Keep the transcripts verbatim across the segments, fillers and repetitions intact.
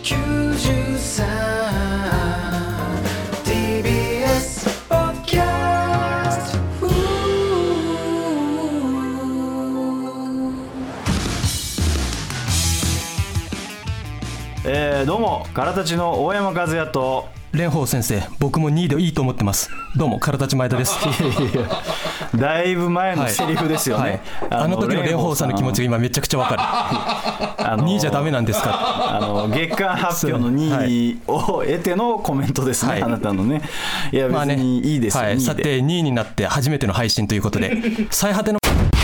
きゅうじゅうさん ティービーエス ポッドキャスト。 えー、どうもからたちの大山和也と蓮舫先生、僕もにいでいいと思ってます。どうもからたち前田です。 だいぶ前のセリフですよね、はいはい、 あ, あの時の蓮舫さんの気持ちが今めちゃくちゃわかる。あのにいじゃダメなんですか。 あの月間発表のにいを得てのコメントですね、はい、あなたのね。いや別にいいですよ、まあね、はい、 さてにいになって初めての配信ということで最果ての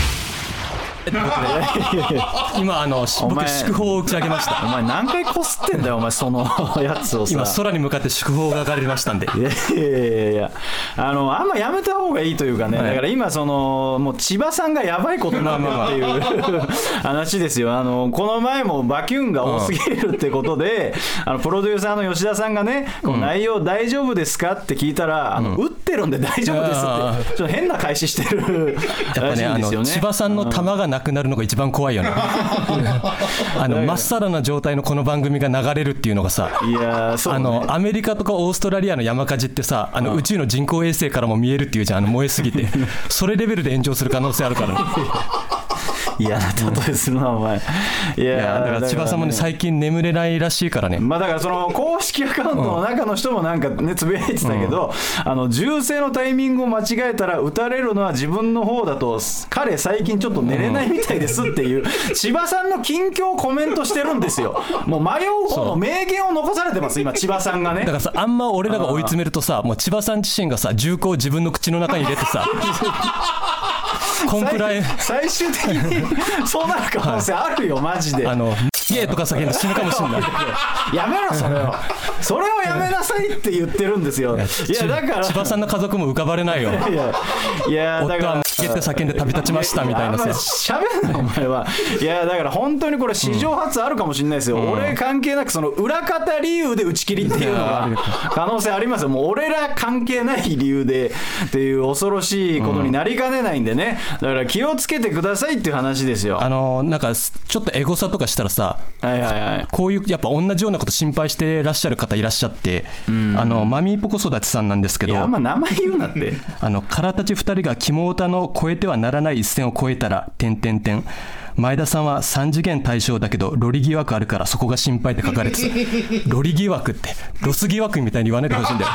今あの僕祝砲を打ち上げました。 お前何回こすってんだよお前そのやつをさ。 今空に向かって祝砲が上がりましたんで。 いやいやいやあのあんまやめた方がいいというかね、はい、だから今そのもう千葉さんがやばいことになってるっていう話ですよ。あのこの前もバキュンが多すぎるってことで、うん、あのプロデューサーの吉田さんがね、この内容大丈夫ですかって聞いたら、あの、うん、打ってるんで大丈夫ですってちょっと変な返ししてるらしいんですよね。やっぱね、あの千葉さんの球がなくなるのが一番怖いよね。あのまっさらな状態のこの番組が流れるっていうのがさ、 いやそう、ね、 あのアメリカとかオーストラリアの山火事ってさ、あの宇宙の人工衛星からも見えるっていうじゃん、あの燃えすぎてそれレベルで炎上する可能性あるからね。 嫌な例えするなお前。いや, いやだから千葉さんもね最近眠れないらしいからね。 まあだからその公式アカウントの中の人もなんかねつぶやいてたけど、うん、あの銃声のタイミングを間違えたら撃たれるのは自分の方だと、彼最近ちょっと寝れないみたいですっていう、うん、千葉さんの近況をコメントしてるんですよ。もう迷う方の名言を残されてます今千葉さんがね。 だからさ、あんま俺らが追い詰めるとさ、もう千葉さん自身がさ銃口を自分の口の中に入れてさコンプライ最終的にそうなる可能性あるよ、はい、マジで。 あのゲーとか叫んで死ぬかもしれない。 やめろそれをそれをやめなさいって言ってるんですよ。いやだから千葉さんの家族も浮かばれないよ。いやいやだからゲって叫んで旅立ちましたみたいなさ。 しゃべんなお前は。いやだから本当にこれ史上初あるかもしれないですよ、うん、俺関係なくその裏方理由で打ち切りっていうのが可能性ありますよ。もう俺ら関係ない理由でっていう恐ろしいことになりかねないんでね、だから気をつけてくださいっていう話ですよ。 あのなんかちょっとエゴサとかしたらさ、 はいはいはい、 こういうやっぱ同じようなこと心配してらっしゃる方いらっしゃって、うん、あのマミーポコ育ちさんなんですけど、 いやあんま名前言うなってあのからたちふたりが肝オタの越えてはならない一線を越えたら点点点前田さんはさん次元対象だけどロリ疑惑あるからそこが心配って書かれてた。ロリ疑惑ってロス疑惑みたいに言わないでほしいんだよ。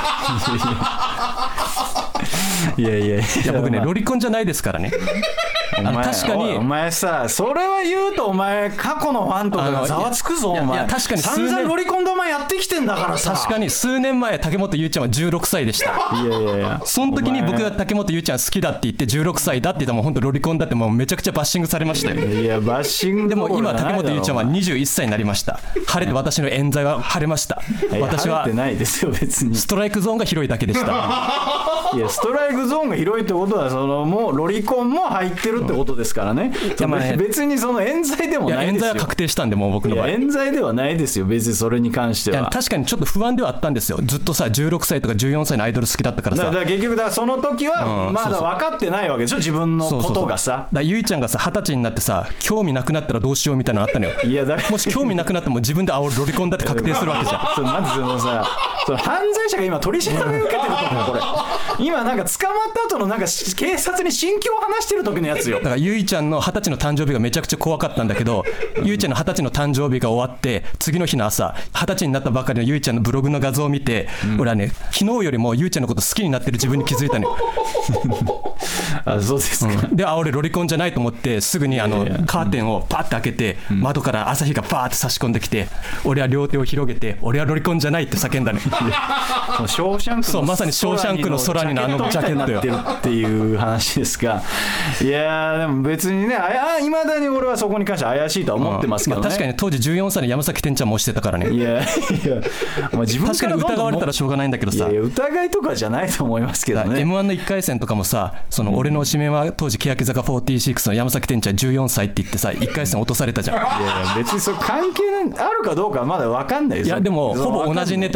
いやいやいや僕ねロリコンじゃないですからね。 お前あの確かに お, お前さそれは言うとお前過去のファンとかがざわつくぞ。お前いや確かに散々ロリコンでお前やってきてんだからさ。 確かに数年前竹本ゆうちゃんはじゅうろくさいでした。 いやいやいやその時に僕が竹本ゆうちゃん好きだって言ってじゅうろくさいだって言ったらもう本当ロリコンだってもうめちゃくちゃバッシングされましたよ。 いやバッシングでも今竹本ゆうちゃんはにじゅういっさいになりました。晴れて私の冤罪は晴れました。私は晴れてないですよ別に。 ストライクゾーンが広いだけでした。 いやストライクゾーンが広いってことはそのもうロリコンも入ってるってことですからね。いやまあね別にその冤罪でもないですよ。いや冤罪は確定したんでもう僕の場合。 いや冤罪ではないですよ別にそれに関しては。いや確かにちょっと不安ではあったんですよ。ずっとさじゅうろくさいとかじゅうよんさいのアイドル好きだったからさ。 だから結局だからその時はまだ分かってないわけでしょ、自分のことがさ。 そうそうそうだからゆいちゃんがさはたちになってさ興味なくなったらどうしようみたいなのあったのよ。いやだもし興味なくなっても自分であ俺ロリコンだって確定するわけじゃん。 そうまずそのさその犯罪者が今取り調べ受けてると思うこれ。今なんか捕まった後のなんか警察に心境を話してる時のやつよ。 だからゆいちゃんのはたちの誕生日がめちゃくちゃ怖かったんだけど、ゆいちゃんのはたちの誕生日が終わって次の日の朝はたちになったばかりのゆいちゃんのブログの画像を見て、うん、俺はね昨日よりもゆいちゃんのこと好きになってる自分に気づいたのよ。 あそうですか、 うん、であ俺ロリコンじゃないと思ってすぐにあのカーテンをパッて開けて、うん、窓から朝日がパーって差し込んできて俺は両手を広げて俺はロリコンじゃないって叫んだね。 ショーシャンクのそうまさにショーシャンクの空にのあのジャケットよっていう話ですが、いやでも別にねいまだに俺はそこに関して怪しいとは思ってますけどね、 うんまあ、確かに当時じゅうよんさいの山崎天ちゃんもしてたからね。いやいやお前自分から確かに疑われたらしょうがないんだけどさ。 いやいや疑いとかじゃないと思いますけどね。 エムワンのいっかい戦とかもさその俺の指名は当時欅坂フォーティーシックスの山崎天ちゃんじゅうよんさいって言ってさいっかい戦落とされたじゃん。いやいや別にそれ関係あるかどうかはまだ分かんないですよ。 いやでもほぼ同じネタで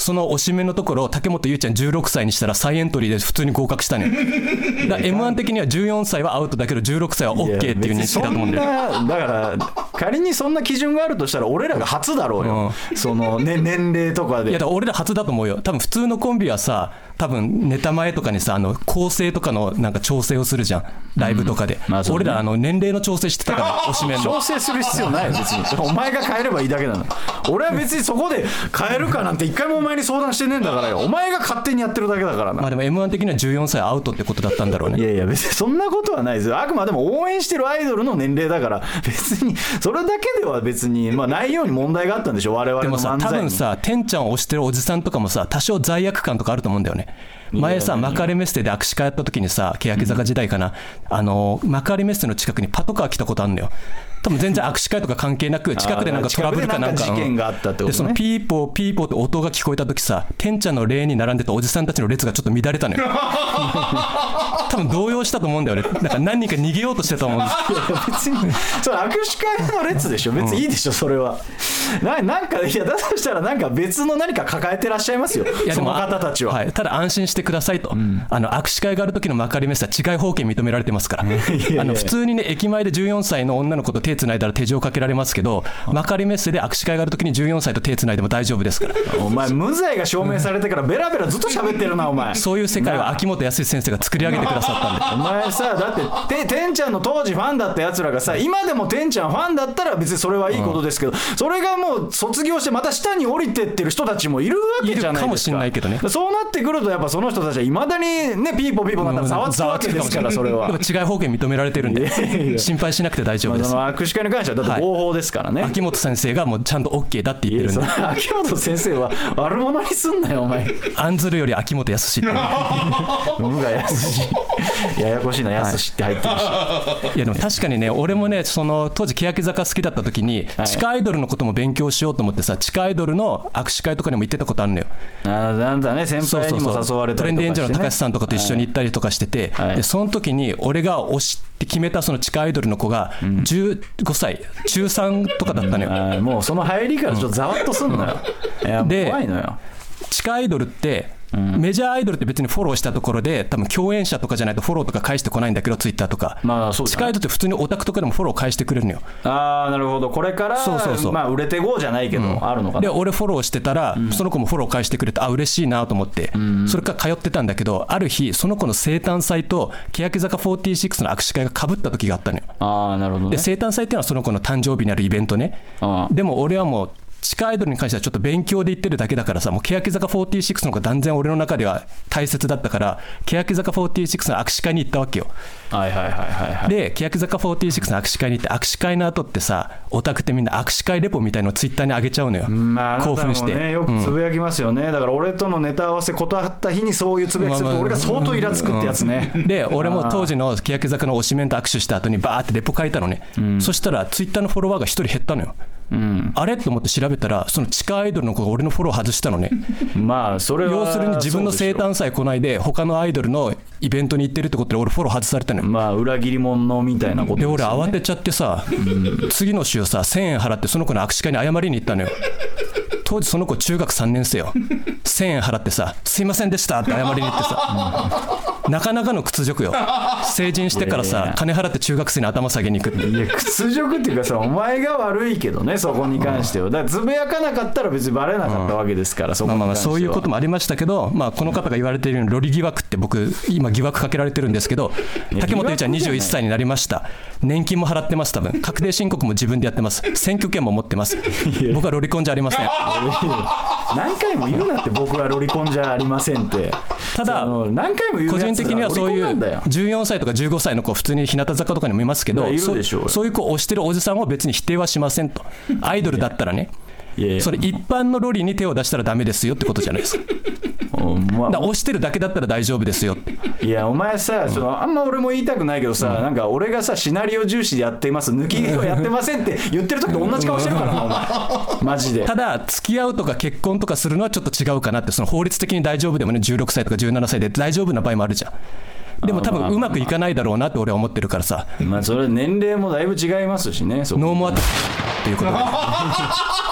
その推しメンのところ竹本優ちゃんじゅうろくさいにしたら再エントリーで普通に合格したのよ。だから エムワン 的にはじゅうよんさいはアウトだけどじゅうろくさいは OK っていう認識だと思うんだよ。 だから仮にそんな基準があるとしたら俺らが初だろうよ、うん、その、ね、年齢とかで。 いやだから俺ら初だと思うよ。多分普通のコンビはさ、多分ネタ前とかにさ、あの構成とかのなんか調整をするじゃん、ライブとかで、うんまあね、俺らあの年齢の調整してたから推しメンの調整する必要ないよ別に。お前が変えればいいだけなの。俺は別にそこで変えるかなんて一回もお前に相談してねえんだからよ。お前が勝手にやってるだけだからな。 まあでも エムワン 的にはじゅうよんさいアウトってことだったんだろうね。 いやいや別にそんなことはないですよ。あくまでも応援してるアイドルの年齢だから、別にそれだけでは別にまあ内容に問題があったんでしょ我々の漫才に。 でもさ多分さてんちゃんを推してるおじさんとかもさ多少罪悪感とかあると思うんだよね。前さ幕張メッセで握手会やった時にさ、欅坂時代かな、うん、あの幕張メッセの近くにパトカー来たことあるんだよ。多分全然握手会とか関係なく近くでなんかトラブルかなんかの事件があったってことね。 でそのピーポーピーポーって音が聞こえた時さ、てんちゃんのレーンに並んでたおじさんたちの列がちょっと乱れたのよ。多分動揺したと思うんだよね。なんか何人か逃げようとしてたと思うんです。 いや別にそれ握手会の列でしょ、別にいいでしょそれは。な, なんかいやだとしたらなんか別の何か抱えてらっしゃいますよ、いやその方たちは、 はい、ただ安心してくださいと、うん、あの握手会がある時の幕張メッセは治外法権認められてますから。いやいやあの普通にね駅前でじゅうよんさいの女の子と手つないだら手錠かけられますけど、幕張メッセで握手会がある時にじゅうよんさいと手つないでも大丈夫ですから。 お前無罪が証明されてからベラベラずっと喋ってるなお前。 そういう世界は秋元康先生が作り上げてくださったんで。 お前さだってててんちゃんの当時ファンだったやつらがさ、今でもてんちゃんファンだったら別にそれはいいことですけど、うん、それがもう卒業してまた下に降りてってる人たちもいるわけじゃないですか。いるかもしれないけどね。そうなってくるとやっぱその人たちはいまだにねピーポーピーポーなったらざわつくわけですから、それは。 でも違い法権認められてるんで心配しなくて大丈夫です。 まあ、握手会に関してはだって合法ですからね、はい、 秋元先生がもうちゃんと OK だって言ってるんで。 秋元先生は悪者にすんなよお前。 案ずるより秋元康って無が康ややこしいな、康って入ってるし、はい、 いやでも確かにね俺もねその当時欅坂好きだった時に地下アイドルのことも勉強しようと思ってさ、地下アイドルの握手会とかにも行ってたことあるのよ。 あなんだね、先輩にも誘われたりとかして、ね、トレンディエンジェルの高橋さんとかと一緒に行ったりとかしてて、はい、でその時に俺が推して決めたその地下アイドルの子がじゅうごさい、うん、中さんとかだったのよ、うん、あもうその入りからちょっとざわっとすんのよ、うん、いやで怖いのよ。 地下アイドルってうん、メジャーアイドルって別にフォローしたところで多分共演者とかじゃないとフォローとか返してこないんだけど、ツイッターとか、まあそうだね、地下アイドルって普通にオタクとかでもフォロー返してくれるのよ。 ああなるほど、これからそうそうそう、まあ、売れてごうじゃないけど、うん、あるのかな。 で俺フォローしてたら、うん、その子もフォロー返してくれてあ嬉しいなと思って、うん、それから通ってたんだけど、ある日その子の生誕祭と欅坂フォーティーシックスの握手会がかぶった時があったのよ。 あなるほど、ね、 で生誕祭っていうのはその子の誕生日にあるイベントね。あでも俺はもう地下アイドルに関してはちょっと勉強で言ってるだけだからさ、もう欅坂フォーティーシックスの方が断然俺の中では大切だったから、欅坂フォーティーシックスの握手会に行ったわけよ。 はいはいはいはいはい。 で欅坂フォーティーシックスの握手会に行って、握手会の後ってさオタクってみんな握手会レポみたいのをツイッターに上げちゃうのよ、まあ、興奮して、 ね、よくつぶやきますよね、うん、だから俺とのネタ合わせ断った日にそういうつぶやきすると俺が相当イラつくってやつね、うん、 で俺も当時の欅坂の推しメンと握手した後にバーってレポ書いたのね、うん、そしたらツイッターのフォロワーがひとり減ったのよ。うん、あれと思って調べたらその地下アイドルの子が俺のフォロー外したのね。 まあそれは要するに自分の生誕祭来ないで他のアイドルのイベントに行ってるってことで俺フォロー外されたのよ。 まあ裏切り者みたいなことですよね。 で俺慌てちゃってさ、うん、次の週させんえん払ってその子の握手会に謝りに行ったのよ。当時その子中学さんねん生よ。せんえん払ってさすいませんでしたって謝りに行ってさ、うん、なかなかの屈辱よ。成人してからさいやいや金払って中学生に頭下げに行くって。 いや屈辱っていうかさお前が悪いけどね、そこに関しては。だからつぶやかなかったら別にバレなかったわけですから、うん、そこに関しては。まあまあそういうこともありましたけど、まあ、この方が言われているようにロリ疑惑って僕今疑惑かけられてるんですけど、竹本優ちゃんにじゅういっさいになりました。年金も払ってます。多分確定申告も自分でやってます。選挙権も持ってます。僕はロリコンじゃありません。 何回も言うなって、僕はロリコンじゃありませんって。 ただ何回も言う個人的にはそういうじゅうよんさいとかじゅうごさいの子普通に日向坂とかにもいますけど、そ, そういう子を推してるおじさんを別に否定はしませんと。アイドルだったらね、いやいやそれ一般のロリに手を出したらダメですよってことじゃないですか。まあ、だ押してるだけだったら大丈夫ですよって。 いやお前さ、そのあんま俺も言いたくないけどさ、うん、なんか俺がさシナリオ重視でやっています、抜きをやってませんって言ってる時と同じ顔してるからなお前マジで。 ただ付き合うとか結婚とかするのはちょっと違うかなって。その法律的に大丈夫でもね、じゅうろくさいとかじゅうななさいで大丈夫な場合もあるじゃん。でも多分うまくいかないだろうなって俺は思ってるからさ。 まあそれ年齢もだいぶ違いますしね。 ノーモアっていうことで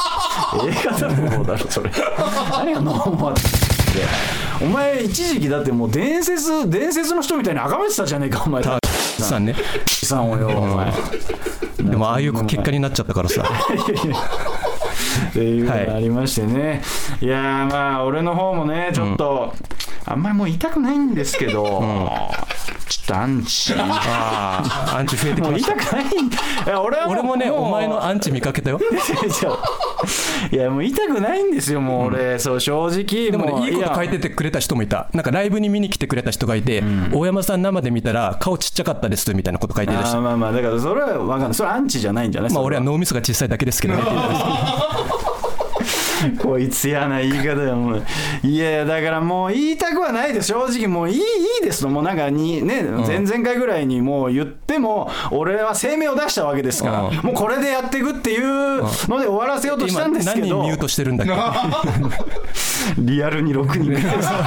画泥棒だろそれ何がノーマルってお前一時期だってもう伝説伝説の人みたいに崇めてたじゃねえかお前さんねさんをよお前でもああいう結果になっちゃったからさっていうのがありましてね、はい、いやまあ俺の方もねちょっと、うん、あんまりもう言いたくないんですけど、うん、ちょっとアンチあアンチ増えてきました。 もう言いたくないんだいや 俺, はも俺もねお前のアンチ見かけたよいやもう言いたくないんですよもう俺、うん、そう正直でもねもういいこと書いててくれた人もいた。なんかライブに見に来てくれた人がいて、うん、大山さん生で見たら顔ちっちゃかったですみたいなこと書いてたし。 あまあまあだからそれは分かんないそれはアンチじゃないんじゃない。 まあ俺は脳みそが小さいだけですけどねこいつ嫌な言い方だよもう。いやだからもう言いたくはないです正直もういいいいですともうなんかにね、うん、前々回ぐらいにもう言っても俺は声明を出したわけですから、うん、もうこれでやっていくっていうので終わらせようとしたんですけど、 今何人ミュートしてるんだっけリアルにろくにんリ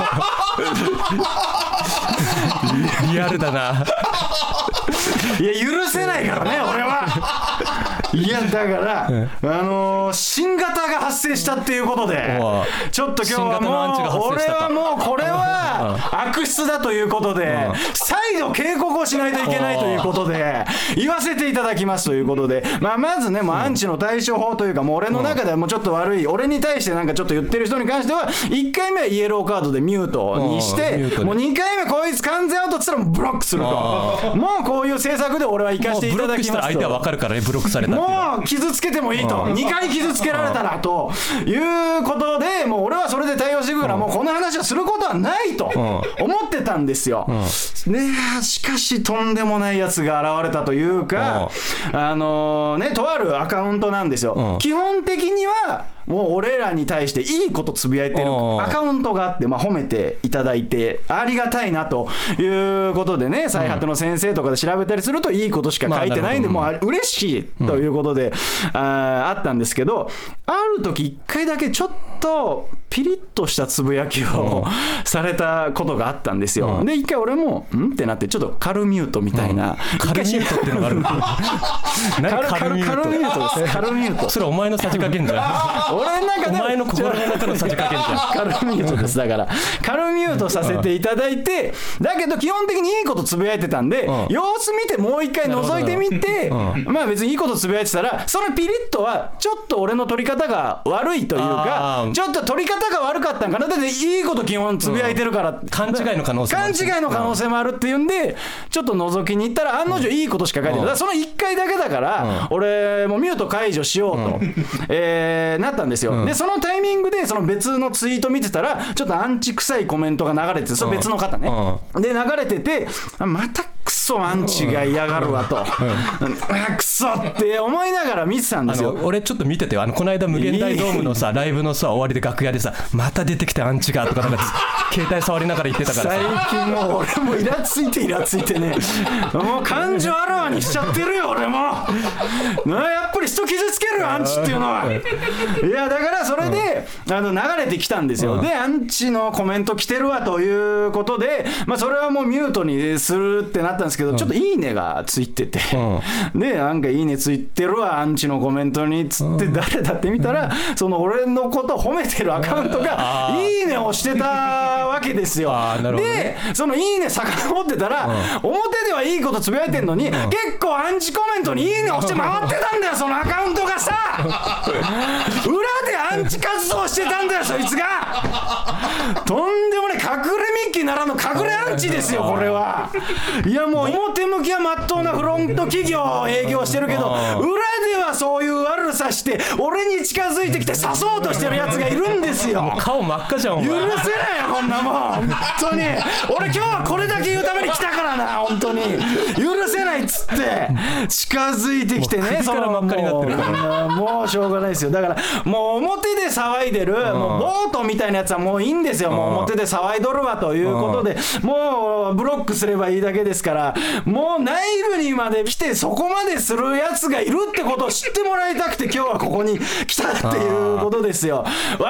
アルだないや許せないからね俺はいやだから、うん、あのー、新型が発生したっていうことでちょっと今日はもう俺はもうこれは悪質だということで再度警告をしないといけないということで言わせていただきますということで、まあ、まずねもうアンチの対処法というかもう俺の中ではもうちょっと悪い俺に対してなんかちょっと言ってる人に関してはいっかいめはイエローカードでミュートにしてもうにかいめこいつ完全アウトっつったらブロックするともうこういう政策で俺は生かしていただきますと。ブロックしたら相手は分かるからねブロックされたってもう傷つけてもいいとにかい傷つけられたらということでもう俺はそれで対応していくからもうこの話をすることはないと思ってたんですよ、うん、ねえしかしとんでもないやつが現れたというかあのねとあるアカウントなんですよ、うん、基本的にはもう俺らに対していいことつぶやいてるアカウントがあって、まあ、褒めていただいてありがたいなということでね再発の先生とかで調べたりするといいことしか書いてないんで、まあ、もう嬉しいということで、うん、あ, あったんですけどある時一回だけちょっとピリッとしたつぶやきをされたことがあったんですよ、うん、で一回俺もんってなってちょっとカルミュートみたいな、うん、 カルミュートっていうのがある何カルミュートカルミュートですカルミュートそれお前のさじ加減じゃん俺の中でお前の心の中のさじ加減じゃんカルミュートですだからカルミュートさせていただいてだけど基本的にいいことつぶやいてたんで、うん、様子見てもう一回覗いてみて、うん、まあ別にいいことつぶやいてたらそのピリッとはちょっと俺の取り方が悪いというかちょっと取り方が悪かったんかなだっていいこと基本つぶやいてるから、うん、 勘違いの可能性もある勘違いの可能性もあるっていうんでちょっと覗きに行ったら案の定いいことしか書いてない、うん、だからそのいっかいだけだから、うん、俺もミュート解除しようと、うんえー、なったんですよ、うん、でそのタイミングでその別のツイート見てたらちょっとアンチ臭いコメントが流れててそれ別の方ね、うん、で流れててまたクソアンチが嫌がるわと、うん、クソって思いながら見てたんですよ。 俺ちょっと見ててあのこの間無限大ドームのさライブのさ終わりで楽屋でさまた出てきてアンチがとかなんか携帯触りながら言ってたから最近もう俺もイラついてイラついてねもう感情あらわにしちゃってるよ俺もやっぱり人傷つけるよアンチっていうのはいやだからそれで、うん、あの流れてきたんですよ、うん、でアンチのコメント来てるわということで、まあ、それはもうミュートにするってなったんですけど、うん、ちょっといいねがついてて、うん、でなんかいいねついてるわアンチのコメントにつって誰だって見たら、うん、その俺のことを褒めてるアカウントがいいねをしてたわけですよ。でそのいいね遡ってたら、うん、表ではいいことつぶやいてんのに、うん、結構アンチコメントにいいねをして回ってたんだよそのアカウントがさ裏でアンチ活動してたんだよそいつがとんでもない隠れミッキーならぬ隠れアンチですよこれはいやもう表向きはまっとうなフロント企業営業してるけど裏ではそういう悪さして俺に近づいてきて刺そうとしてるやつがいるんですよ。 もう顔真っ赤じゃんお前許せないよこんなもん本当に俺今日はこれだけ言うために来たからな本当に許せないっつって近づいてきてねその真っ赤になってるからもうしょうがないですよ。だからもう表で騒いでる、うん、もうボートみたいなやつはもういいんですよ、うん、もう表で騒いどるわということで、うん、もうブロックすればいいだけですからもう内部にまで来てそこまでするやつがいるってことを知ってもらいたくて今日はここに来たっていうことですよ。我々は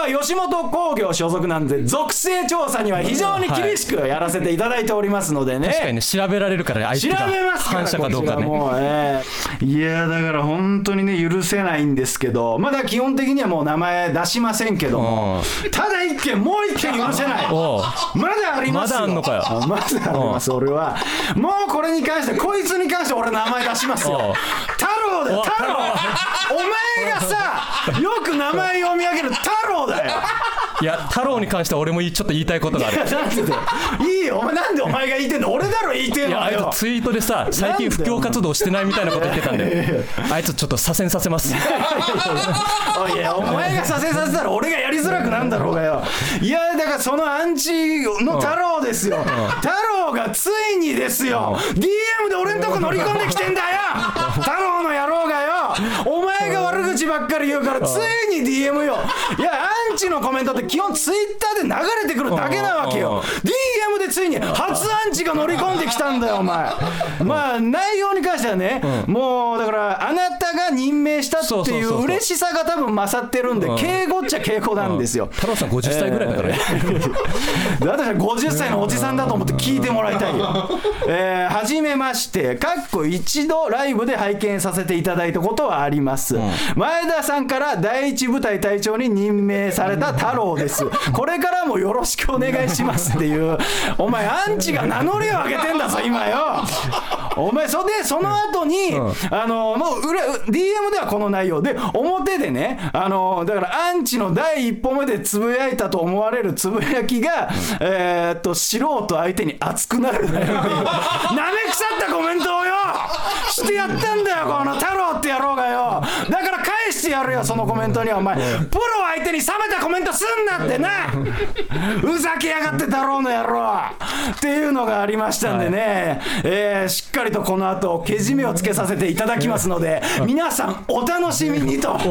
は吉本興業所属なんで属性調査には非常に厳しくやらせていただいておりますのでね、 確かにね、調べられるからね、相手が調べますから反射かどうかね。 もう、えー、いやだから本当にね許せないんですけど、まだ基本的にはもう名前出しませんけども、ただ一件もう一件許せない、まだありますよ。 まだあんのかよ。 まだあります。俺はもうこれに関してこいつに関して俺名前出しますよ。太郎だよ太郎。お前がさよく名前読み上げる太郎だよ。 いや太郎に関しては俺もちょっと言いたいことがある。 いやなんでだよ。いいよお前、なんでお前が言いてんの。俺だろ言いてんのよ。 いやあいつツイートでさ最近布教活動してないみたいなこと言ってたんであいつちょっと左遷させます。 いやお前が左遷させたら俺がやりづらくなんだろうがよ。いやだからそのアンチの太郎ですよ、うん、太郎がついにですよ、うん、ディーエム で俺んとこ乗り込んできてんだよ太郎の野郎がよ。お前が悪口ばっかり言うからついに ディーエム よ。いやアンチのコメントって基本ツイッターで流れてくるだけなわけよ。 ディーエム でついに初アンチが乗り込んできたんだよお前。まあ内容に関してはね、うん、もうだからあなたが任命したっていう嬉しさが多分勝ってるんで、敬語っちゃ敬語なんですよ。 太郎さんごじゅっさいぐらいだからね、 えー、私はごじゅっさいのおじさんだと思って聞いてもらいたいよ。えー、はじめましてかっこ一度ライブで拝見させていただいたことはあります、うん、前田さんから第一部隊隊長に任命された太郎です。これからもよろしくお願いしますっていうお前アンチが名乗りを上げてんだぞ今よ。お前それでその後に、うん、あのもう裏 ディーエム ではこの内容で表でね、あのだからアンチの第一歩目でつぶやいたと思われるつぶやきが、うん、えー、っと素人相手に熱くなるなめ腐ったコメントをよしてやったんだよこの太郎って野郎がよ。だから返してやるよそのコメントには。お前プロ相手に冷めたコメントすんなってなふざけやがって太郎の野郎っていうのがありましたんでね、はい、えー、しっかりとこの後けじめをつけさせていただきますので皆さんお楽しみにという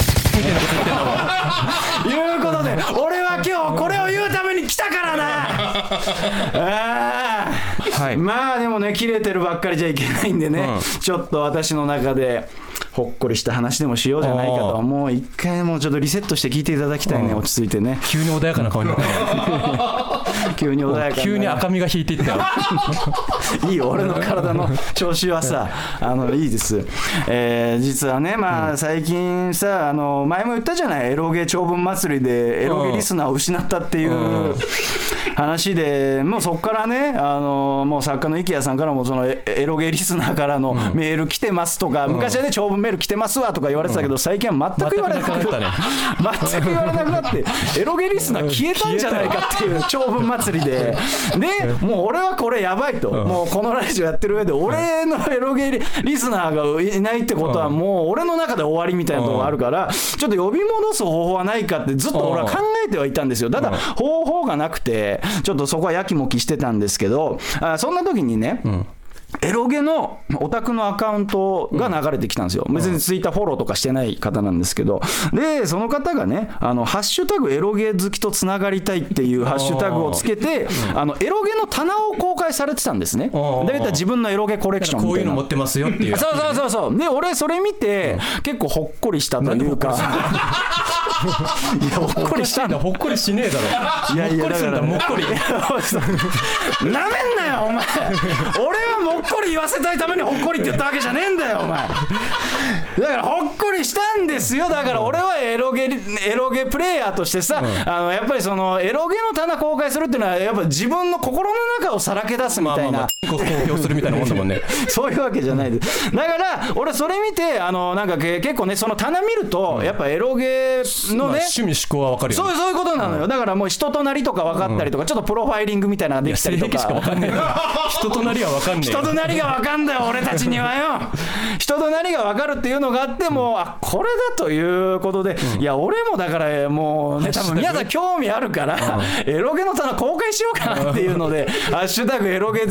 ことで、俺は今日これを言うために来たからなあ、はい、まあでもね切れてるばっかりじゃいけないんでね、うん、ちょっと私の中でほっこりした話でもしようじゃないかと。もう一回もうちょっとリセットして聞いていただきたいね、落ち着いてね。 急に穏やかな顔になった急に穏やかな、 急に赤みが引いていったよいいよ俺の体の調子はさあのいいです、えー、実はねまあ最近さあの前も言ったじゃない、エロゲ長文祭りでエロゲリスナーを失ったっていう話で、もうそこからねあのもう作家の池谷さんからもそのエロゲリスナーからのメール来てますとか、昔はね長文メール来てますわとか言われてたけど、最近は全く言われなくなったね全く言われなくなってエロゲリスナー消えたんじゃないかっていう長文祭りで、でもう俺はこれやばいと、もうこのラジオやってる上で俺のエロゲリスナーがいないってことはもう俺の中で終わりみたいなところがあるから、ちょっと呼び戻す方法はないかってずっと俺は考えてはいたんですよ。ただ方法がなくてちょっとそこはやきもきしてたんですけど、あそんな時にね、うんエロゲのオタクのアカウントが流れてきたんですよ。別にツイッターフォローとかしてない方なんですけど、でその方がねあのハッシュタグエロゲ好きとつながりたいっていうハッシュタグをつけて、あのエロゲの棚を公開されてたんですね。だいたい自分のエロゲコレクションみたいな、 こういうの持ってますよっていう。 そうそうそうそう。で俺それ見て結構ほっこりしたというかいやほっこりしたんだ。 ほっこりしねえだろ。 いやいやだからもっこりなめんなよお前俺はもっこり言わせたいためにほっこりって言ったわけじゃねえんだよお前。だからほっこりしたんですよ。だから俺はエロゲエロゲプレイヤーとしてさ、うん、あのやっぱりそのエロゲの棚公開するっていうのはやっぱ自分の心の中をさらけ出すみたいな、まあまあまあ、公表するみたいなもんだもんねそういうわけじゃないです。だから俺それ見てあのなんか結構ねその棚見ると、うん、やっぱエロゲのね、まあ、 趣味思考は分かるよね。 そうそういうことなのよ、うん、だからもう人となりとか分かったりとか、うん、ちょっとプロファイリングみたいなのができたりとか。いや性癖しか分かんねえ人となりは分かんねえ人となりが分かんだよ俺たちにはよ人となりが分かるっていうのがあっても、うん、あこれだということで、うん、いや俺もだからもうね多分皆さん興味あるから、うん、エロゲの棚公開しようかなっていうのでハッシュタグエロゲ好きとつな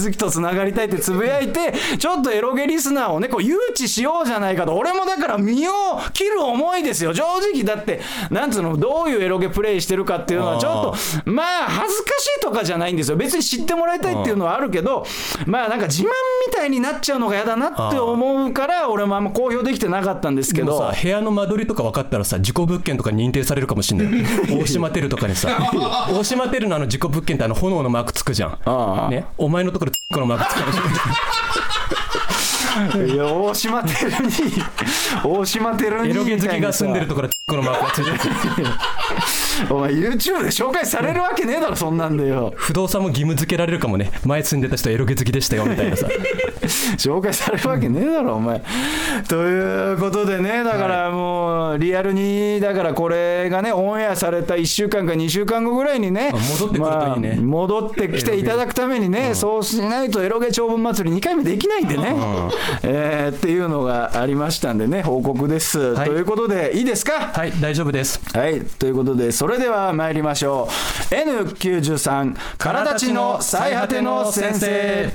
ながりたいってつぶやいて、ちょっとエロゲリスナーをねこう誘致しようじゃないかと。俺もだから身を切る思いですよ正直。だってなんつうの、どういうエロゲプレイしてるかっていうのはちょっとまあ恥ずかしいとかじゃないんですよ。別に知ってもらいたいっていうのはあるけど、まあなんか自慢みたいになっちゃうのが嫌だなって思うから俺もあんま公表できてなかったんですけど。 でもさ、部屋の間取りとか分かったらさ、事故物件とか認定されるかもしれない大島テルとかにさ大島テルのあの事故物件ってあの炎のマークつくじゃん、 ああね、お前のところこのマークつくかもしれないいや大島テルに大島テルにエロゲ好きが住んでるところこのマークがついてるお前 YouTube で紹介されるわけねえだろそんなんでよ。 不動産も義務付けられるかもね、前住んでた人エロゲ好きでしたよみたいなさ紹介されるわけねえだろお前。ということでね、だからもうリアルにだからこれがねオンエアされたいっしゅうかんかにしゅうかんごぐらいにね戻ってくるといいね、 まあ、戻ってきていただくためにね、うん、そうしないとエロゲ長文祭りにかいめできないんでね、うんえー、っていうのがありましたんでね報告です、はい、ということでいいですか。 はい大丈夫です。 はいということでそれでは参りましょう。 エヌきゅうじゅうさん からたちの最果ての先生。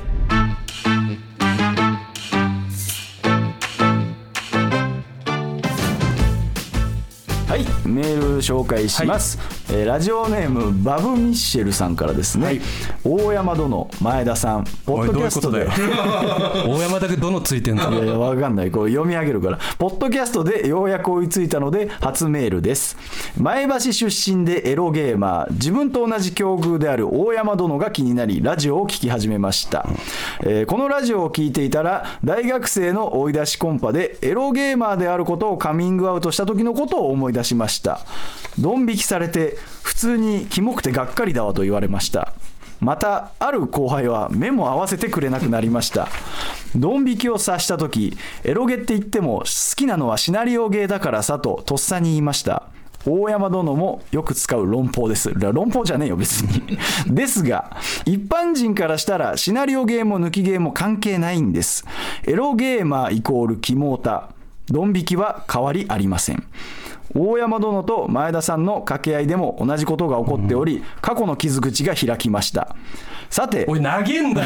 はい、メール紹介します、はいえー、ラジオネームバブミッシェルさんからですね、はい、大山殿前田さんポッドキャストで大山だけどのついてんの。 いやいや分かんない、こう読み上げるから。ポッドキャストでようやく追いついたので初メールです。前橋出身でエロゲーマー、自分と同じ境遇である大山殿が気になりラジオを聞き始めました、えー、このラジオを聞いていたら大学生の追い出しコンパでエロゲーマーであることをカミングアウトした時のことを思い出しました。ドン引きされて普通にキモくてがっかりだわと言われました。またある後輩は目も合わせてくれなくなりました。ドン引きを察した時、エロゲって言っても好きなのはシナリオゲーだからさととっさに言いました。大山殿もよく使う論法です。論法じゃねえよ別にですが一般人からしたらシナリオゲーも抜きゲーも関係ないんです。エロゲーマーイコールキモータ、ドン引きは変わりありません。大山殿と前田さんの掛け合いでも同じことが起こっており、うん、過去の傷口が開きました。さておい投げんだよ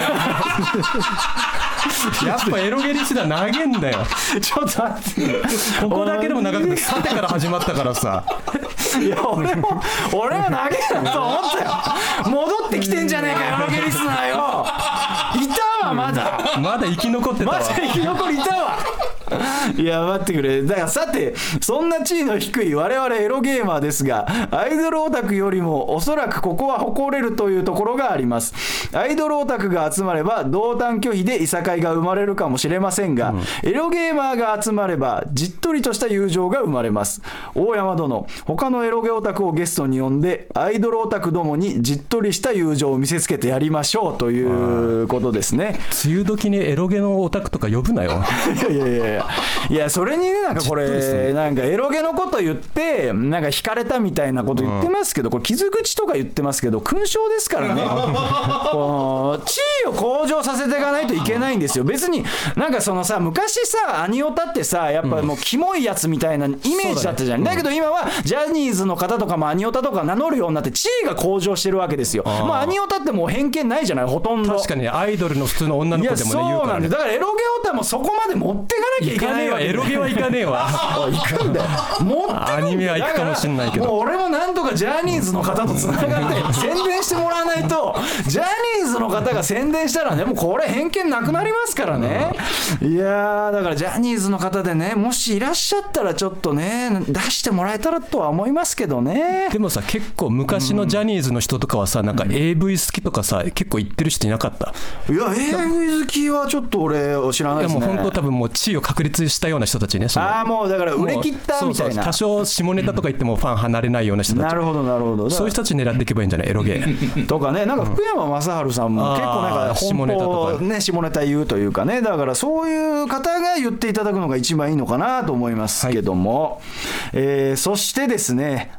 やっぱエロゲリスだ投げんだよちょっと待ってここだけでも長くてさてから始まったからさいや俺も俺は投げんだと思ったよ。戻ってきてんじゃねえかエロゲリスナーよ。いたわまだまだ生き残ってたわ。 まだ生き残りいたわいや待ってくれ。だからさてそんな地位の低い我々エロゲーマーですが、アイドルオタクよりもおそらくここは誇れるというところがあります。アイドルオタクが集まれば同担拒否でいさかいが生まれるかもしれませんが、うん、エロゲーマーが集まればじっとりとした友情が生まれます。大山殿、他のエロゲオタクをゲストに呼んでアイドルオタクどもにじっとりした友情を見せつけてやりましょうということですね。 梅雨時にエロゲのオタクとか呼ぶなよいやいやいやいやそれにねなんかこれなんかエロゲのこと言ってなんか惹かれたみたいなこと言ってますけど、これ傷口とか言ってますけど勲章ですからねこう地位を向上させていかないといけないんですよ。別になんかそのさ昔さアニオタってさやっぱもうキモいやつみたいなイメージだったじゃん、うん、だけど今はジャニーズの方とかもアニオタとか名乗るようになって地位が向上してるわけですよ。もうアニオタってもう偏見ないじゃないほとんど。 確かにアイドルの普通の女の子でもね言うからね。 だからエロゲオタもそこまで持っていかなきゃいけないわけ。 エロゲはいかねえわ行くんだよ持ってくんだよ。 アニメは行くかもしんないけどもう俺もなんとかジャニーズの方とつながって宣伝してもらわないとジャニーズの方が宣伝したらねもうこれ偏見なくなりますからね、うん、いやだからジャニーズの方でねもしいらっしゃったらちょっとね出してもらえたらとは思いますけどね。 でもさ結構昔のジャニーズの人とかはさ、うん、なんか エーブイ 好きとかさ結構言ってる人いなかった？ いや エーブイ 好きはちょっと俺知らないですね。 いやもう本当多分もう地位を確立したような人たちね。 ああもうだから売れ切ったみたいな。そうそう多少下ネタとか言ってもファン離れないような人たち、 なるほどなるほど。 そういう人たち狙っていけばいいんじゃないエロゲーとかね。なんか福山雅治さんも結構なんか下ネタとかね下ネタ言うというかね、だからそういう方が言っていただくのが一番いいのかなと思いますけども、はいえー、そしてですね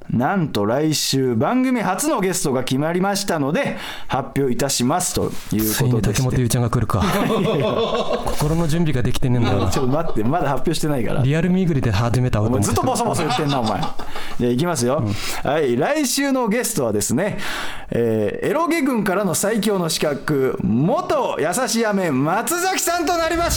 なんと来週番組初のゲストが決まりましたので発表いたしますというついにことでして、 竹本ゆうちゃんが来るか心の準備ができてねえんだよな。 ちょっと待って、まだ発表してないから。 リアルミーグリで始めたわと思ってずっとボソボソ言ってんなお前。じゃあいきますよ、うん、はい。来週のゲストはですね、えー、エロゲ軍からの最強の資格元優しい雨松崎さんとなりました。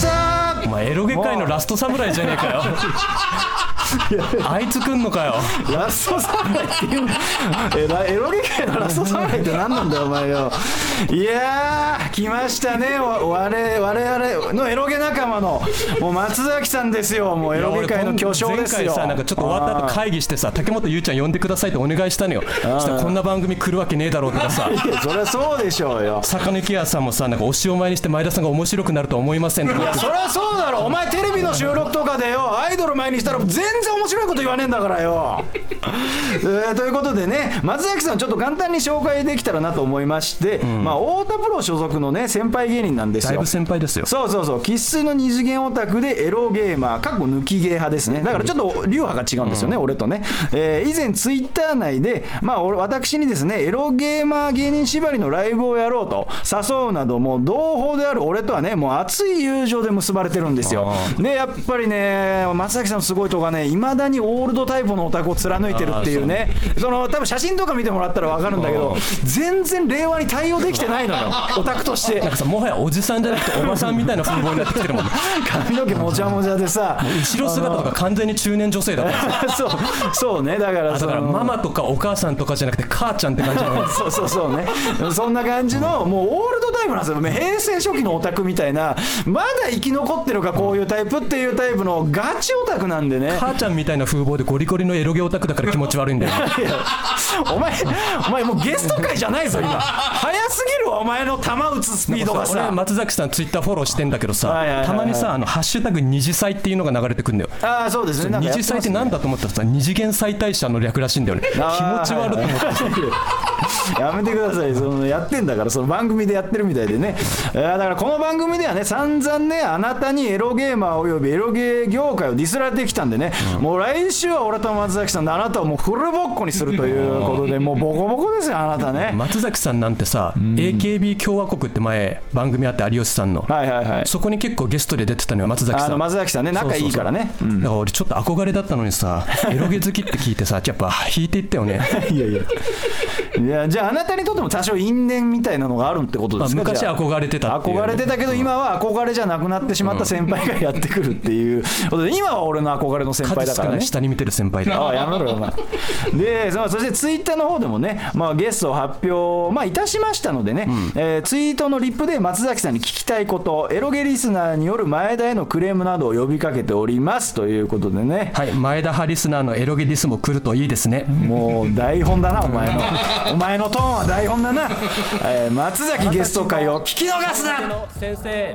お前エロゲ界のラストサムライじゃねえかよあいつ来んのかよ。 ラストサムライっていうえエロゲ界のラストサムライって何なんだよお前よ。いやー来ましたね。我我々のエロゲ仲間のもう松崎さんですよ。もうエロゲ界の巨匠ですよ。 前回さなんかちょっと終わった後会議してさ竹本ゆうちゃん呼んでくださいってお願いしたのよ。そしたらこんな番組来るわけねえだろうとかさ。 いやそりゃそうでしょうよ。 坂抜屋さんもさなんか推しを前にして前田さんが面白くなるとは思いませんとか。 いやそりゃそうだろ。お前テレビの収録とかでよアイドル前にしたら全然面白いこと言わねえんだからよえー、ということでね松崎さんちょっと簡単に紹介できたらなと思いまして、うん、まあ太田プロ所属のね先輩芸人なんですよ。 だいぶ先輩ですよ。 そうそうそう生粋の二次元オタクでエロゲーマー過去抜きゲー派ですね。だからちょっと流派が違うんですよね、うん、俺とね、えー、以前ツイッター内でまあ俺私にですねエロゲーマー芸人縛りのライブをやろうと誘うなどもう同胞である俺とはねもう熱い友情で結ばれてるんですよ。でやっぱりね松崎さんのすごいとこはねいまだにオールドタイプのオタクを貫いてるっていうね。その多分写真とか見てもらったら分かるんだけど全然令和に対応できてないのよオタクとして。 なんかさもはやおじさんじゃなくておばさんみたいな風貌になってきてるもんね髪の毛もちゃもちゃでさ後ろ姿とか完全に中年女性だからそうそうね。だからだからママとかお母さんとかじゃなくて母ちゃんって感じなのそうそうそうねそんな感じのもうオールドタイプなんですよ。平成初期のオタクみたいなまだ生き残ってるかこういうタイプっていうタイプのガチオタクなんでね。 母ちゃんみたいな風貌でゴリゴリのエロゲオタクだから気持ち悪いんだよいやお前お前もうゲスト会じゃないぞ今早すぎるわお前の球打つスピードがさ。 俺松崎さんツイッターフォローしてんだけどさ、 はいはいはいはい、 たまにさあのハッシュタグ二次祭っていうのが流れてくるんだよ。 ああそうですね。 二次祭ってなんだと思ったらさ二次元再大社の略らしいんだよね。気持ち悪いと思ってやめてください。そのやってんだからその番組でやってるみたいでね。だからこの番組ではね散々ねあなたにエロゲーマーおよびエロゲー業界をディスられてきたんでね、うん、もう来週は俺と松崎さんであなたをもうフルボッコにするということでもうボコボコですよあなたね。 松崎さんなんてさ、うん、エーケービー 共和国って前番組あって有吉さんの、 はいはいはい、 そこに結構ゲストで出てたのよ松崎さん。 あの松崎さんね仲いいからね。 そうそうそう、うん、だから俺ちょっと憧れだったのにさエロゲ好きって聞いてさやっぱ引いていったよねいやいやいやじゃああなたにとっても多少因縁みたいなのがあるってことですか。 まあ、昔憧れてたっていう、ね、 憧れてたけど今は憧れじゃなくなってしまった先輩がやってくるっていうことで今は俺の憧れの先輩だからね。 下に見てる先輩だ。 ああやめろよお前で そ, そしてツイッターの方でもね、まあ、ゲストを発表、まあ、いたしましたのでね、うんえー、ツイートのリップで松崎さんに聞きたいことエロゲリスナーによる前田へのクレームなどを呼びかけておりますということでね。 はい前田派リスナーのエロゲディスも来るといいですね。 もう台本だなお前のお前のトーンは台本だな、えー、松崎ゲスト会を聞き逃すな先生。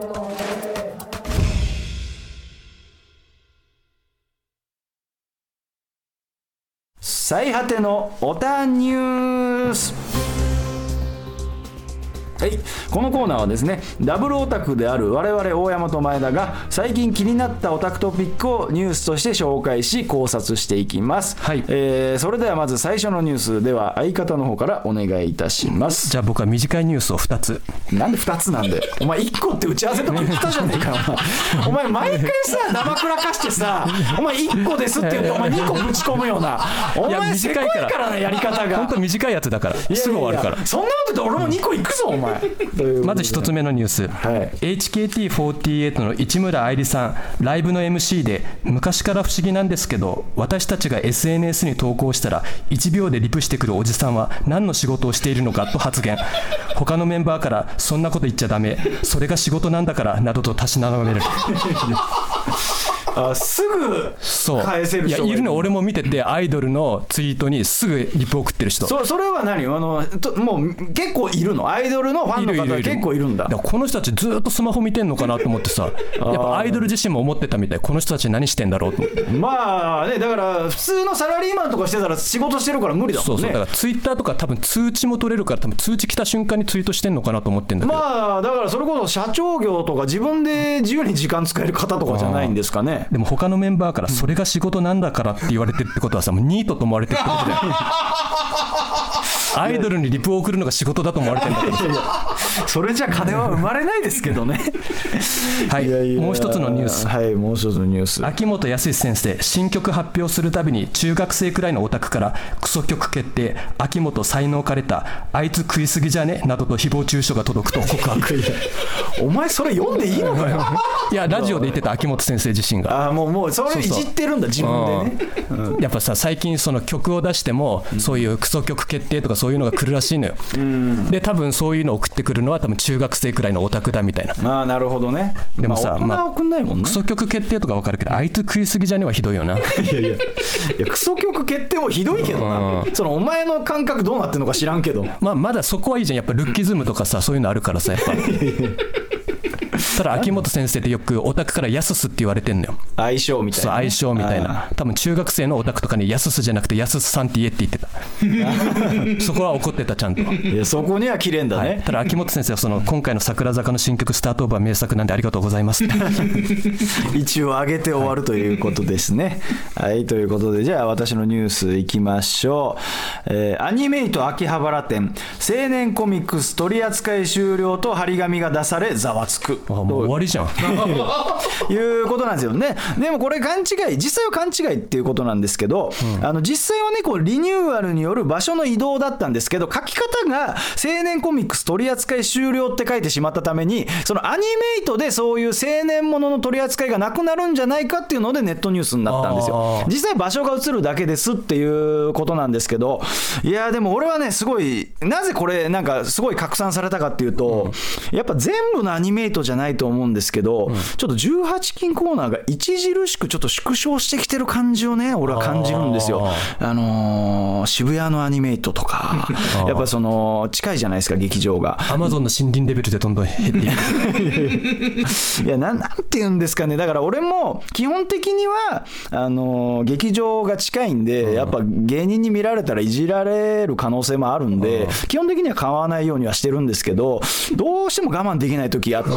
最果てのオタニュース。はい、このコーナーはですねダブルオタクである我々大山と前田が最近気になったオタクトピックをニュースとして紹介し考察していきます、はいえー、それではまず最初のニュースでは相方の方からお願いいたします。 じゃあ僕は短いニュースをふたつ。 なんでふたつなんでお前いっこって打ち合わせとか言ったじゃねえかお前お前毎回さ生くらかしてさお前いっこですって言ってお前にこぶち込むようなお前せこいからなやり方が。 本当短いやつだからすぐ終わるから。いやいやそんなこと言って俺もにこいくぞお前まず一つ目のニュース、はい、エイチケーティーフォーティーエイト の市村愛理さんライブの エムシー で昔から不思議なんですけど私たちが エスエヌエス に投稿したらいちびょうでリプしてくるおじさんは何の仕事をしているのかと発言。他のメンバーからそんなこと言っちゃダメそれが仕事なんだからなどとたしなめるあすぐ返せる人がいる。 いやいるの俺も見ててアイドルのツイートにすぐリプ送ってる人。 そ, それは何あのともう結構いるのアイドルのファンの方は結構いるんだ。 だからこの人たちずっとスマホ見てんのかなと思ってさやっぱアイドル自身も思ってたみたいこの人たち何してんだろうと思って。 まあねだから普通のサラリーマンとかしてたら仕事してるから無理だもんね。 そうそうだからツイッターとか多分通知も取れるから多分通知来た瞬間にツイートしてんのかなと思ってんだけど。 まあだからそれこそ社長業とか自分で自由に時間使える方とかじゃないんですかね。 はいでも他のメンバーからそれが仕事なんだからって言われてるってことはさ、もうニートと思われてるってことだよアイドルにリプを送るのが仕事だと思われてるんだからそれじゃ金は生まれないですけどねはい、 いやいやもう一つのニュース。 はい、もう一つのニュース。 秋元康先生、新曲発表するたびに中学生くらいのオタクからクソ曲決定、秋元才能枯れた、あいつ食いすぎじゃねなどと誹謗中傷が届くと告白お前それ読んでいいのかよいやラジオで言ってた秋元先生自身があもうもうそれいじってるんだ自分でね、 うん、やっぱさ最近その曲を出しても、うん、そういうクソ曲決定とかそういうのが来るらしいのよ、うん、で多分そういうのを送ってくるのは多分中学生くらいのオタクだみたいな。 ああなるほどね。 でもさ、 まあ、送んないもんね。 クソ曲決定とか分かるけどあいつ食いすぎじゃねはひどいよないやいやいやクソ曲決定もひどいけどな、うん、そのお前の感覚どうなってるのか知らんけど、 まあ、まだそこはいいじゃん。やっぱルッキズムとかさそういうのあるからさやっぱただ秋元先生ってよくオタクからヤススって言われてんのよ。 相性みたいな、ね、 そう相性みたいな。多分中学生のオタクとかにヤススじゃなくてヤススさんって言えって言ってたそこは怒ってたちゃんと。 いやそこには綺麗だね、はい、 ただ秋元先生はその今回の桜坂の新曲スタートオーバー名作なんでありがとうございます一応上げて終わるということですね。はい、はい、ということでじゃあ私のニュースいきましょう、えー、アニメイト秋葉原店青年コミックス取り扱い終了と張り紙が出されざわつく。 あもう終わりじゃんいうことなんですよね。でもこれ勘違い、実際は勘違いっていうことなんですけど、うん、あの実際はねこうリニューアルによる場所の移動だったんですけど、書き方が青年コミックス取り扱い終了って書いてしまったために、そのアニメイトでそういう青年ものの取り扱いがなくなるんじゃないかっていうのでネットニュースになったんですよ。実際場所が移るだけですっていうことなんですけど、いやでも俺はねすごい、なぜこれなんかすごい拡散されたかっていうと、うん、やっぱ全部のアニメイトじゃないと思うんですけど、うん、ちょっとじゅうはち禁コーナーが著しくちょっと縮小してきてる感じをね俺は感じるんですよ。あ、あのー、渋谷のアニメイトとかやっぱその近いじゃないですか劇場が。 アマゾンの森林レベルでどんどん減っていくいや な, なんて言うんですかね、だから俺も基本的にはあのー、劇場が近いんで、うん、やっぱ芸人に見られたらいじられる可能性もあるんで、うん、基本的には買わないようにはしてるんですけど、どうしても我慢できない時あって、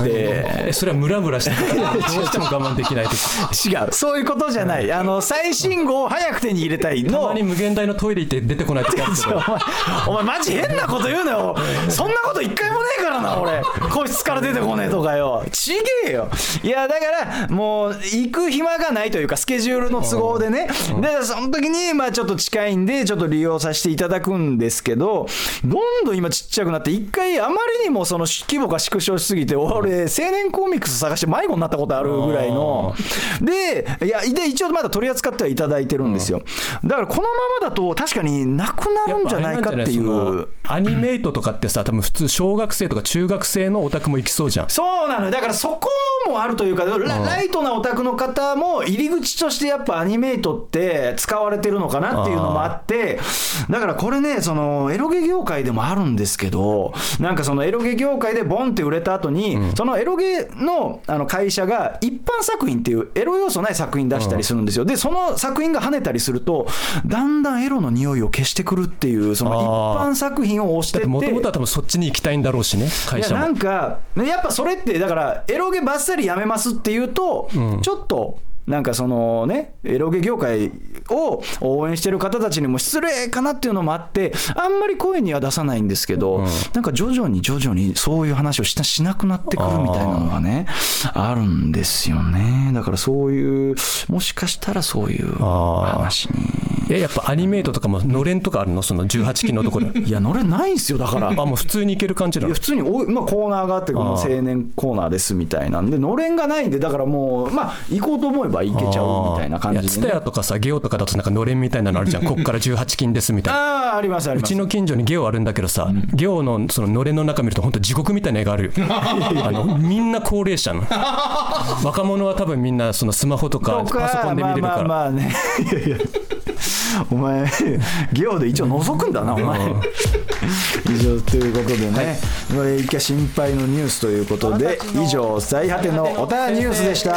それはムラムラしてるどうしても我慢できない時違う、そういうことじゃない、あの最新号を早く手に入れたいの。 たまに無限大のトイレ行って出てこない時あるけどお前マジ変なこと言うなよそんなこと一回もねえからな俺個室から出てこねえとかよ、ちげえよ。いやだからもう行く暇がないというかスケジュールの都合でね、でその時にまあちょっと近いんでちょっと利用させていただくんですけど、どんどん今ちっちゃくなって、一回あまりにもその規模が縮小しすぎて俺青年コミックス探して迷子になったことあるぐらいので、いやで一応まだ取り扱ってはいただいてるんですよ。だからこのままだと確かになくなるんじゃないかっていう。 アニメイトとかってさ多分普通小学生とか中学生のオタクも行きそうじゃん。 そうなのよ、だからそこもあるというか ラ, ライトなオタクの方も入り口としてやっぱアニメイトって使われてるのかなっていうのもあって、だからこれねそのエロゲ業界でもあるんですけど、なんかそのエロゲ業界でボンって売れた後に、うん、そのエロゲ の, あの会社が一般作品っていうエロ要素ない作品出したりするんですよ。でその作品が跳ねたりするとだんだんエロの匂いを消してくるっていう、その一般作品を押してって、 もともとは多分そっちに行きたいんだろうしね会社も。 いやなんかやっぱそれってだからエロゲバッサリやめますっていうと、うん、ちょっとなんかそのねエロゲ業界を応援してる方たちにも失礼かなっていうのもあってあんまり声には出さないんですけど、うん、なんか徐々に徐々にそういう話を し, しなくなってくるみたいなのがね あ, あるんですよね。だからそういうもしかしたらそういう話に。 えやっぱアニメートとかものれんとかあるのそのじゅうはち禁のところいやのれんないんですよ。だからあもう普通に行ける感じなの。 いや普通にお、まあ、コーナーがあってこの青年コーナーですみたいなんでのれんがないんで、だからもうまあ行こうと思えば行けちゃうみたいな感じで、ね、 ツタヤとかさゲオとかだとなんかのれんみたいなのあるじゃんこっからじゅうはち禁ですみたいなああありますあります。 うちの近所にゲオあるんだけどさ、うん、ゲオ の, そののれんの中見ると本当地獄みたいな絵があるよあのみんな高齢者の若者は多分みんなそのスマホとかパソコンで見れるから。 まあまあまあねいやいやお前ゲオで一応覗くんだなお前以上ということでね、はい、一回心配のニュースということで以上最果てのオタニュースでした。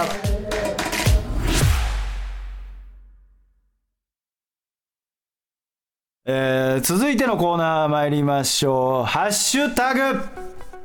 えー、続いてのコーナー参りましょう。ハッシュタグ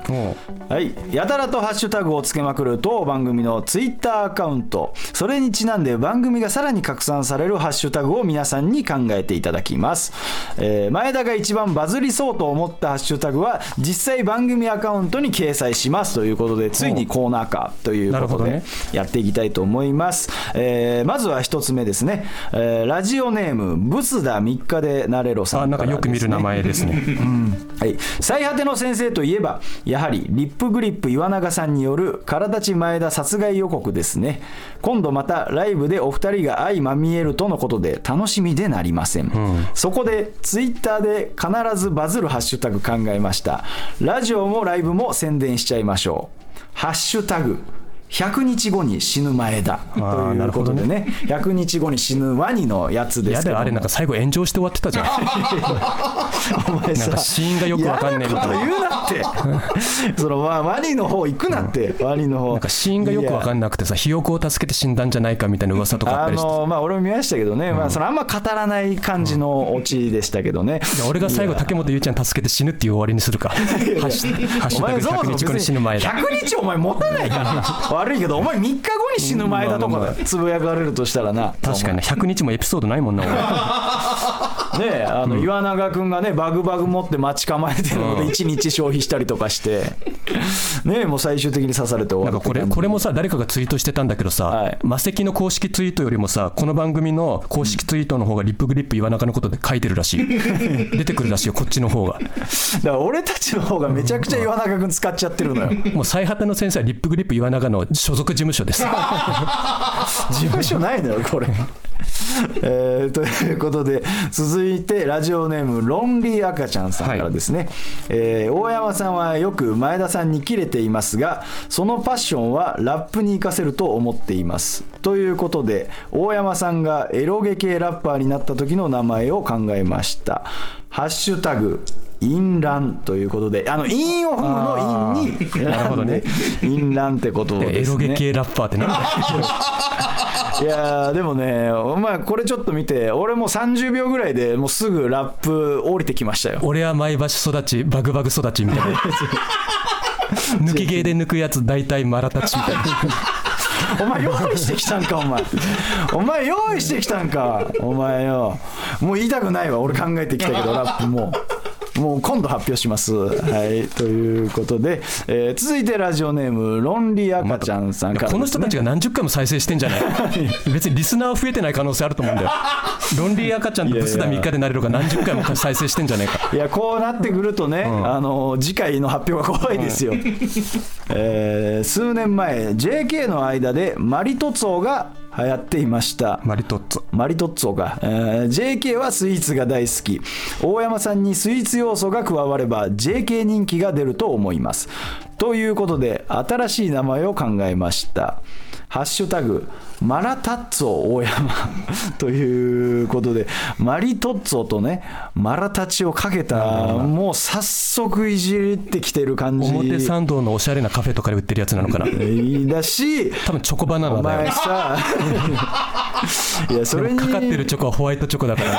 はい、やたらとハッシュタグをつけまくる当番組のツイッターアカウント、それにちなんで番組がさらに拡散されるハッシュタグを皆さんに考えていただきます、えー、前田が一番バズりそうと思ったハッシュタグは実際番組アカウントに掲載しますということで、ついにコーナー化ということでやっていきたいと思います、えー、まずは一つ目ですね、えー、ラジオネームブスダみっかでなれろさんからですね。あ、なんかよく見る名前ですね、うん、はい、最果ての先生といえばやはりリップグリップ岩永さんによるからたち前田殺害予告ですね。今度またライブでお二人が相まみえるとのことで楽しみでなりません、うん、そこでツイッターで必ずバズるハッシュタグ考えました。ラジオもライブも宣伝しちゃいましょう。ハッシュタグひゃくにちごに死ぬ前だということで ね, ねひゃくにちごに死ぬワニのやつですけども、 やだあれなんか最後炎上して終わってたじゃんお前さ、 なんか死因がよくわかんねえみたいな。 言うなってそのワニの方行くなって、うん、ワニの方なんか死因がよくわかんなくてさ、ひよこを助けて死んだんじゃないかみたいな噂とかあったりして、あの、 まあ、俺も見ましたけどね、うん、まあ、そのあんま語らない感じのオチでしたけどね、 うん、俺が最後竹本ゆうちゃん助けて死ぬっていう終わりにするかハッシュタグひゃくにちごに死ぬ前だ。 ひゃくにちお前持たないから悪いけど、お前みっかごに死ぬ前だとかつぶやかれるとしたらな、 確かにひゃくにちもエピソードないもんな俺ねえ、あの、うん、岩永君がねバグバグ持って待ち構えてるのでいちにち消費したりとかしてねえ、もう最終的に刺されて終わる。 なんかこれこれもさ、誰かがツイートしてたんだけどさ、はい、マセキの公式ツイートよりもさ、この番組の公式ツイートの方がリップグリップ岩永のことで書いてるらしい出てくるらしいよ、こっちの方が。だから俺たちの方がめちゃくちゃ岩永君使っちゃってるのよもう最果ての先生はリップグリップ岩永の所属事務所です事務所ないのよこれえー、ということで続いてラジオネームロンリー赤ちゃんさんからですね、はい、えー、大山さんはよく前田さんにキレていますが、そのパッションはラップに活かせると思っていますということで、大山さんがエロゲ系ラッパーになった時の名前を考えました。ハッシュタグ淫乱ということで、あの韻を踏むの韻になるほどね、 淫乱ってことですね。 エロゲ系ラッパーってなんだいやでもね、お前これちょっと見て、俺もうさんじゅうびょうぐらいでもうすぐラップ降りてきましたよ。 俺は前橋育ちバグバグ育ちみたいな抜き芸で抜くやつ大体マラタチみたいなお前用意してきたんか、お前お前用意してきたんかお前よ。もう言いたくないわ、俺考えてきたけどラップももう今度発表します。はい、ということで、えー、続いてラジオネームロンリー赤ちゃんさんから、ね、 この人たちが何十回も再生してんじゃない別にリスナー増えてない可能性あると思うんだよロンリー赤ちゃんとブスダみっかでなれるが何十回も再生してんじゃないか。 いや、こうなってくるとね、うん、あの次回の発表が怖いですよ、うん、えー、数年前 ジェーケー の間でマリトツォが流行っていました。 マリトッツォマリトッツォか、えー、ジェーケー はスイーツが大好き。大山さんにスイーツ要素が加われば ジェーケー 人気が出ると思いますということで、新しい名前を考えました。ハッシュタグマラタッツォ大山ということで、マリトッツォとねマラタチをかけた、もう早速いじってきてる感じ。 表参道のおしゃれなカフェとかで売ってるやつなのかなだし、 多分チョコバナナだよ。お前さいや、それにかかってるチョコはホワイトチョコだから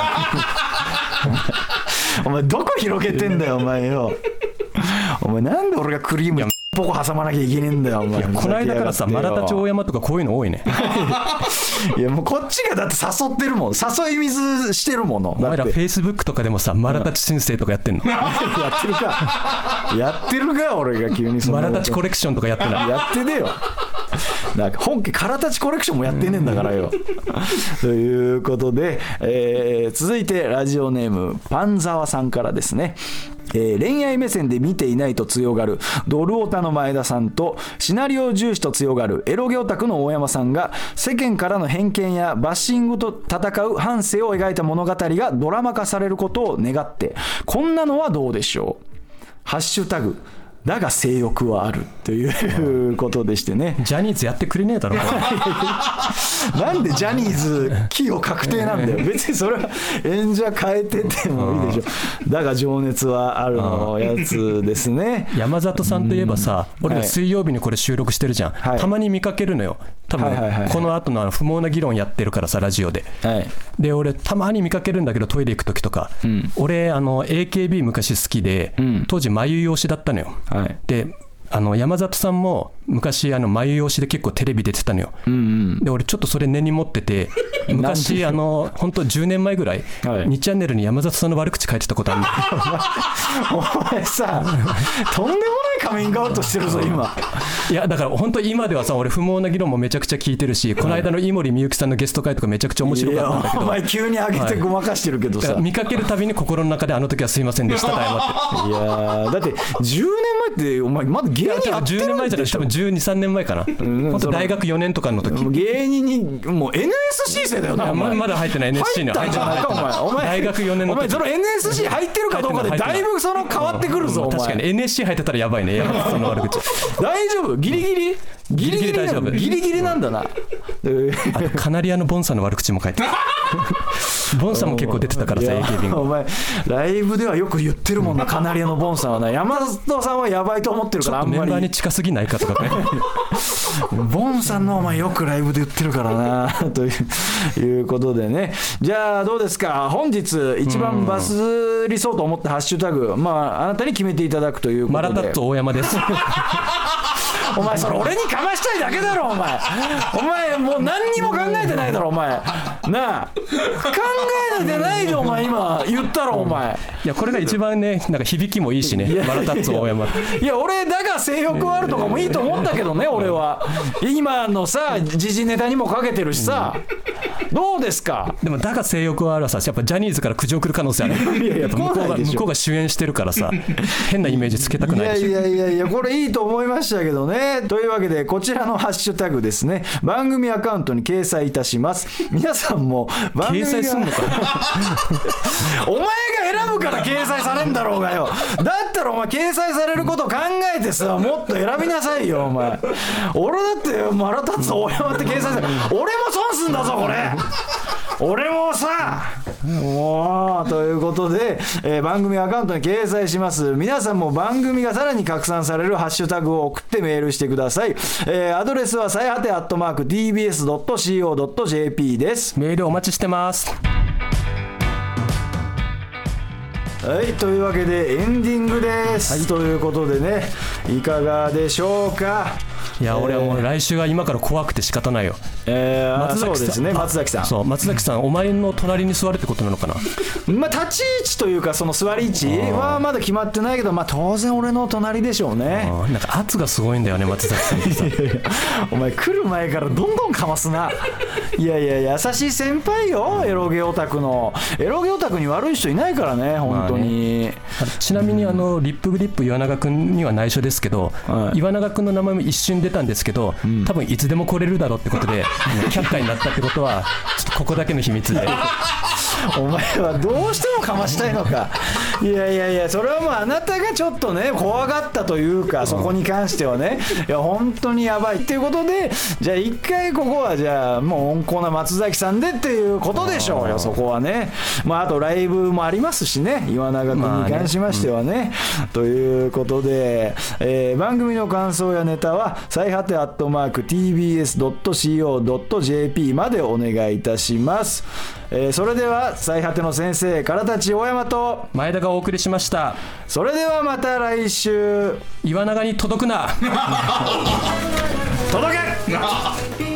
お前どこ広げてんだよお前よ。お前なんで俺がクリームポコ挟まなきゃいけねえんだよお前。 この間からさ、マラタチ大山とかこういうの多いねいやもうこっちがだって誘ってるもん、誘い水してるもの。 お前らフェイスブックとかでもさ、マラタチ申請とかやってんのやってるかやってるか俺が急にそんなマラタチコレクションとかやってないやってねえよなんか本家カラタチコレクションもやってねえんだからよということで、えー、続いてラジオネームパンザワさんからですね。えー、恋愛目線で見ていないと強がるドルオタの前田さんとシナリオ重視と強がるエロゲオタクの大山さんが世間からの偏見やバッシングと戦う半生を描いた物語がドラマ化されることを願って、こんなのはどうでしょう。ハッシュタグだが性欲はあるということでしてね。 ジャニーズやってくれねえだろなんでジャニーズ起用確定なんだよ。別にそれは演者変えててもいいでしょ。だが情熱はあるのやつですね。 山里さんといえばさ、俺ら水曜日にこれ収録してるじゃん、はい、たまに見かけるのよ多分、はいはいはいはい、この後の不毛な議論やってるからさラジオで、はい、で俺たまに見かけるんだけどトイレ行く時とか、うん、俺あの エーケービー 昔好きで、うん、当時眉推しだったのよ、はい、であの山里さんも昔あの眉押しで結構テレビ出てたのよ、 うんうん、で俺ちょっとそれ根に持ってて昔あの本当じゅうねんまえぐらい、はい、にチャンネルに山里さんの悪口書いてたことあるのお前さとんでもないカミングアウトしてるぞ今。 いやだから本当今ではさ俺不毛な議論もめちゃくちゃ聞いてるし、この間の井森美幸さんのゲスト会とかめちゃくちゃ面白かったんだけど、 お前急に上げてごまかしてるけどさ、 はい、見かけるたびに心の中であの時はすいませんでしたと謝って。 いやだってじゅうねんまえってお前まだ芸人やってるんでしょ。 じゅうねんまえじゃない、多分じゅうに、さんねんまえかな、うん、本当大学よねんとかの時。 芸人にもう エヌエスシー 生だよな。 ま, まだ入ってない エヌエスシー には入ってない。お前大学よねんの時。 お前その エヌエスシー 入ってるかどうかでだいぶその変わってくるぞ、うん、 確かに エヌエスシー 入ってたらやばいねその悪口。 大丈夫ギリギリギリギリ大丈夫ギリギリなんだな。あとカナリアのボンさんの悪口も書いてるボンさんも結構出てたからさ エーケービー が。 お前ライブではよく言ってるもんなカナリアのボンさんはな。山里さんはやばいと思ってるからあんまりメンバーに近すぎないかとかねボンさんのお前よくライブで言ってるからなといういうことでね。じゃあどうですか、本日一番バズりそうと思ったハッシュタグ、まああなたに決めていただくということで。 マラタッツ大山ですお前それ俺にかましたいだけだろお前。お前もう何にも考えてないだろお前なあ。考えてないでお前今言ったろお前。 いやこれが一番ねなんか響きもいいしね。マラタッツ大山。 いや俺だが性欲はあるとかもいいと思ったけどね俺は。今のさ時事ネタにもかけてるしさ、うん、どうですか。 でもだが性欲はあるはさやっぱジャニーズから苦情来る可能性ある。いやいや向こうが向こうが主演してるからさ変なイメージつけたくないでしょ。 いやいやいやいやこれいいと思いましたけどね。というわけでこちらのハッシュタグですね番組アカウントに掲載いたします。皆さんも番組が掲載すんのかお前が選ぶから掲載されんだろうがよ。だったらお前掲載されることを考えてさもっと選びなさいよお前。俺だってマラタッツ大山って掲載される俺も損すんだぞこれ俺もさもうということで、えー、番組アカウントに掲載します。皆さんも番組がさらに拡散されるハッシュタグを送ってメールしてください。えー、アドレスは最果てアットマーク ティービーエスドットシーオードットジェーピー です。 メールお待ちしてます。 はい、というわけでエンディングです、はい、ということでねいかがでしょうか。 いや、えー、俺はもう来週は今から怖くて仕方ないよ。 えー、松崎さん、そうですね、松崎さん。 そう、松崎さん、お前の隣に座るってことなのかな。 まあ立ち位置というかその座り位置はまだ決まってないけど、まあ当然俺の隣でしょうね。 なんか圧がすごいんだよね松崎さんってさ。いやいやお前来る前からどんどんかますな。いやいや優しい先輩よエロゲオタクの。エロゲオタクに悪い人いないからね本当に、まあね、 ちなみにあのリップグリップ岩永君には内緒ですけど、はい、岩永君の名前も一瞬出たんですけど、うん、多分いつでも来れるだろうってことで却下になったってことはちょっとここだけの秘密で。 お前はどうしてもかましたいのか。いやいやいやそれはもうあなたがちょっとね怖がったというかそこに関してはねいや本当にやばいっていうことでじゃあ一回ここはじゃあもう温厚な松崎さんでっていうことでしょうよそこはね。まああとライブもありますしね岩永君に関しましてはね、まあねうん、ということで、えー、番組の感想やネタは最果てアットマーク ティービーエスドットシーオードットジェーピー までお願いいたします。えー、それでは最果ての先生からたち大山と前田がお送りしました。 それではまた来週。 岩永に届くな。 届け